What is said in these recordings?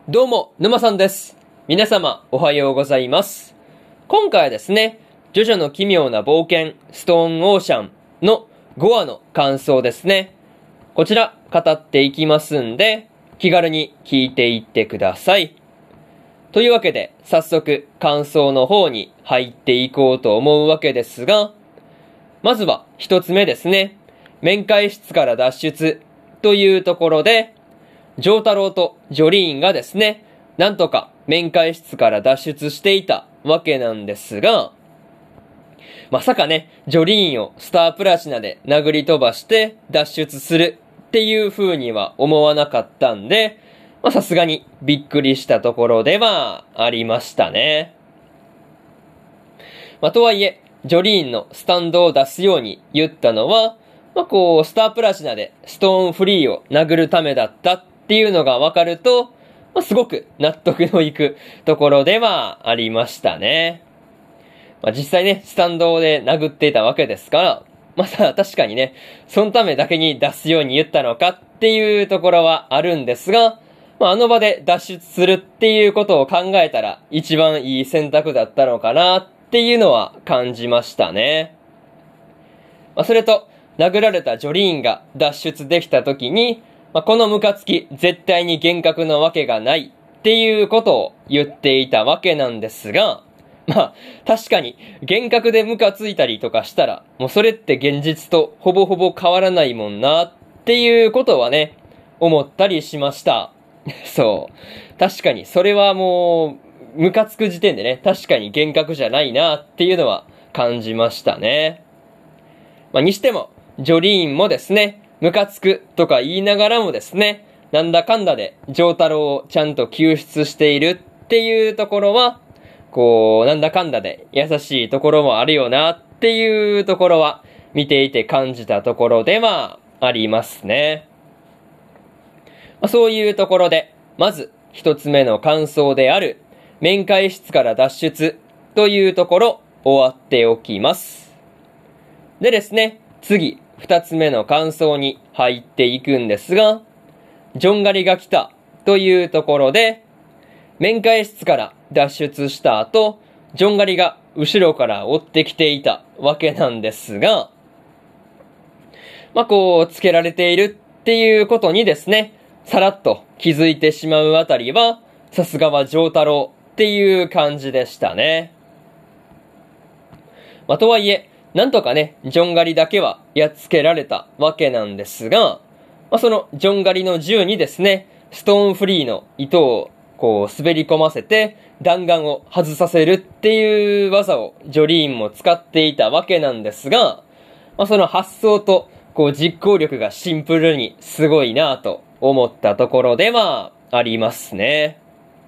どうも、沼さんです。皆様、おはようございます。今回はですね、ジョジョの奇妙な冒険、ストーンオーシャンの5話の感想ですね。こちら、語っていきますんで、気軽に聞いていってください。というわけで、早速、感想の方に入っていこうと思うわけですが、まずは一つ目ですね。面会室から脱出というところで、ジョータロウとジョリーンがですね、なんとか面会室から脱出していたわけなんですが、まさかね、ジョリーンをスタープラチナで殴り飛ばして脱出するっていう風には思わなかったんで、さすがにびっくりしたところではありましたね。とはいえ、ジョリーンのスタンドを出すように言ったのは、スタープラチナでストーンフリーを殴るためだったっていうのがわかると、すごく納得のいくところではありましたね。実際ね、スタンドで殴っていたわけですから、確かにね、そのためだけに出すように言ったのかっていうところはあるんですが、あの場で脱出するっていうことを考えたら一番いい選択だったのかなっていうのは感じましたね。それと、殴られたジョリーンが脱出できた時に、このムカつき絶対に幻覚のわけがないっていうことを言っていたわけなんですが、確かに幻覚でムカついたりとかしたら、もうそれって現実とほぼほぼ変わらないもんなっていうことはね、思ったりしました。そう。確かにそれはもう、ムカつく時点でね、確かに幻覚じゃないなっていうのは感じましたね。にしても、ジョリーンもですね、ムカつくとか言いながらもですね、なんだかんだでジョータロウをちゃんと救出しているっていうところは、なんだかんだで優しいところもあるよなっていうところは、見ていて感じたところではありますね。そういうところで、まず一つ目の感想である、面会室から脱出というところ、終わっておきます。でですね、次、二つ目の感想に入っていくんですが、ジョン狩りが来たというところで、面会室から脱出した後、ジョン狩りが後ろから追ってきていたわけなんですが、つけられているっていうことにですね、さらっと気づいてしまうあたりは、さすがはジョータロウっていう感じでしたね。とはいえ、なんとかね、ジョン狩りだけはやっつけられたわけなんですが、そのジョン狩りの銃にですね、ストーンフリーの糸を滑り込ませて弾丸を外させるっていう技をジョリーンも使っていたわけなんですが、その発想と実行力がシンプルにすごいなぁと思ったところではありますね。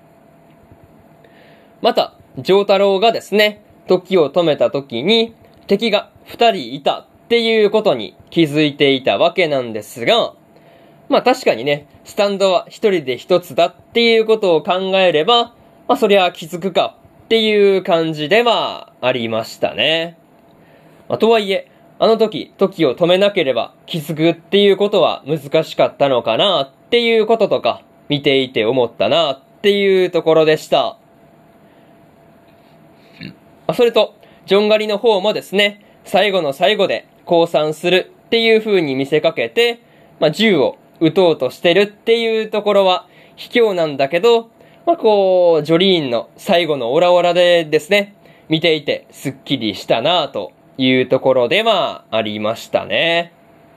また、ジョータロウがですね、時を止めた時に敵が2人いたっていうことに気づいていたわけなんですが、確かにね、スタンドは1人で1つだっていうことを考えれば、そりゃ気づくかっていう感じではありましたね。とはいえ、あの時を止めなければ気づくっていうことは難しかったのかなっていうこととか見ていて思ったなっていうところでした。それと、ジョン狩りの方もですね、最後の最後で降参するっていう風に見せかけて、銃を撃とうとしてるっていうところは卑怯なんだけど、ジョリーンの最後のオラオラでですね、見ていてスッキリしたなぁというところではありましたね。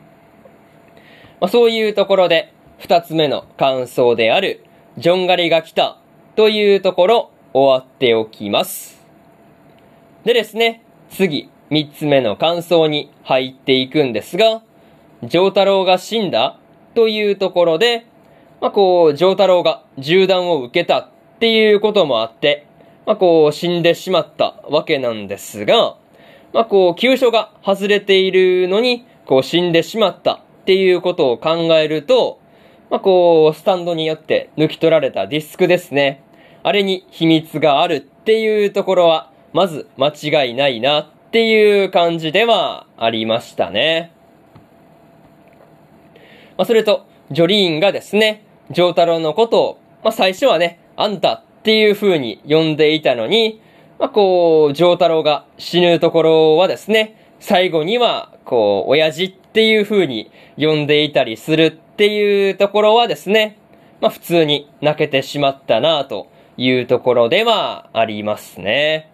そういうところで、二つ目の感想である、ジョン狩りが来たというところ、終わっておきます。でですね、次、三つ目の感想に入っていくんですが、ジョータロウが死んだというところで、ジョータロウが銃弾を受けたっていうこともあって、死んでしまったわけなんですが、急所が外れているのに、死んでしまったっていうことを考えると、スタンドによって抜き取られたディスクですね。あれに秘密があるっていうところは、まず間違いないなっていう感じではありましたね。それと、ジョリーンがですね、ジョータロウのことを最初はね、あんたっていう風に呼んでいたのに、丈太郎が死ぬところはですね、最後には、親父っていう風に呼んでいたりするっていうところはですね、普通に泣けてしまったなというところではありますね。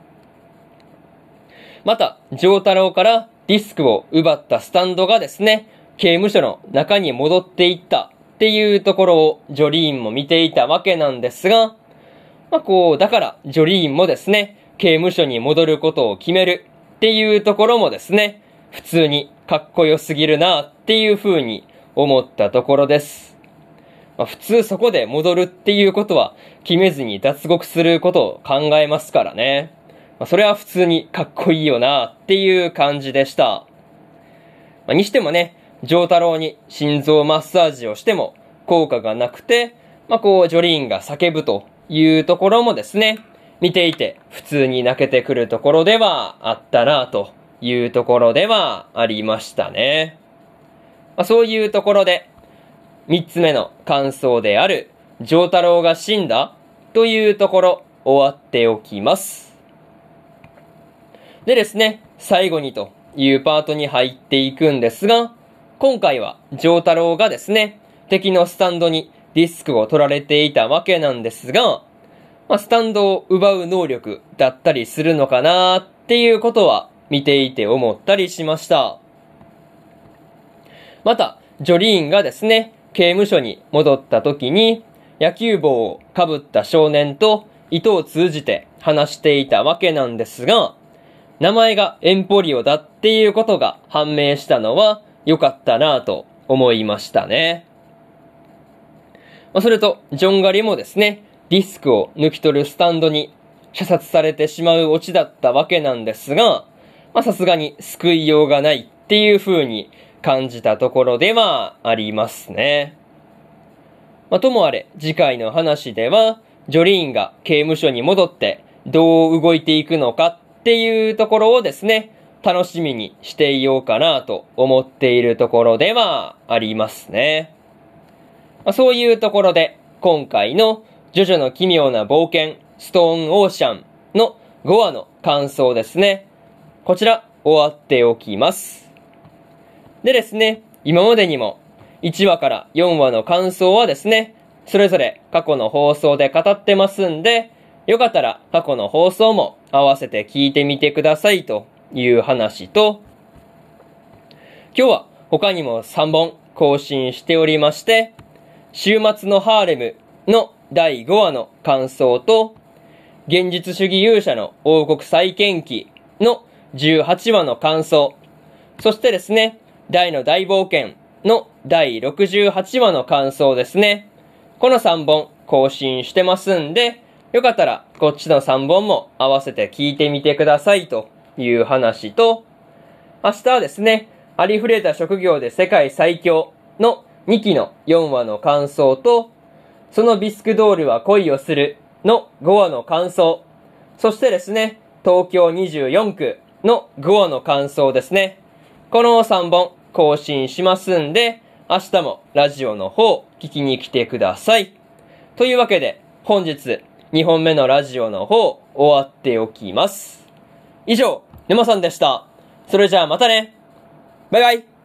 また、丈太郎からディスクを奪ったスタンドがですね、刑務所の中に戻っていったっていうところをジョリーンも見ていたわけなんですが、だからジョリーンもですね、刑務所に戻ることを決めるっていうところもですね、普通にかっこよすぎるなっていう風に思ったところです。普通そこで戻るっていうことは決めずに脱獄することを考えますからね。それは普通にかっこいいよなっていう感じでした。にしてもね、丈太郎に心臓マッサージをしても効果がなくて、ジョリーンが叫ぶというところもですね、見ていて普通に泣けてくるところではあったなというところではありましたね。そういうところで、三つ目の感想である、丈太郎が死んだというところ、終わっておきます。でですね、最後にというパートに入っていくんですが、今回は丈太郎がですね、敵のスタンドにディスクを取られていたわけなんですが、スタンドを奪う能力だったりするのかなっていうことは見ていて思ったりしました。また、ジョリーンがですね、刑務所に戻った時に、野球帽をかぶった少年と糸を通じて話していたわけなんですが、名前がエンポリオだっていうことが判明したのは良かったなぁと思いましたね。それと、ジョン狩りもですね、ディスクを抜き取るスタンドに射殺されてしまうオチだったわけなんですが、さすがに救いようがないっていう風に感じたところではありますね。ともあれ、次回の話では、ジョリーンが刑務所に戻ってどう動いていくのかっていうところをですね、楽しみにしていようかなと思っているところではありますね。そういうところで、今回のジョジョの奇妙な冒険、ストーンオーシャンの5話の感想ですね。こちら、終わっておきます。でですね、今までにも1話から4話の感想はですね、それぞれ過去の放送で語ってますんで、よかったら過去の放送も合わせて聞いてみてくださいという話と、今日は他にも3本更新しておりまして、週末のハーレムの第5話の感想と、現実主義勇者の王国再建記の18話の感想、そしてですね、大の大冒険の第68話の感想ですね。この3本更新してますんで、よかったらこっちの3本も合わせて聞いてみてくださいという話と、明日はですね、ありふれた職業で世界最強の2期の4話の感想と、そのビスクドールは恋をするの5話の感想、そしてですね、東京24区の5話の感想ですね。この3本更新しますんで、明日もラジオの方聞きに来てください。というわけで、本日2本目のラジオの方終わっておきます。以上、沼さんでした。それじゃあまたね。バイバイ。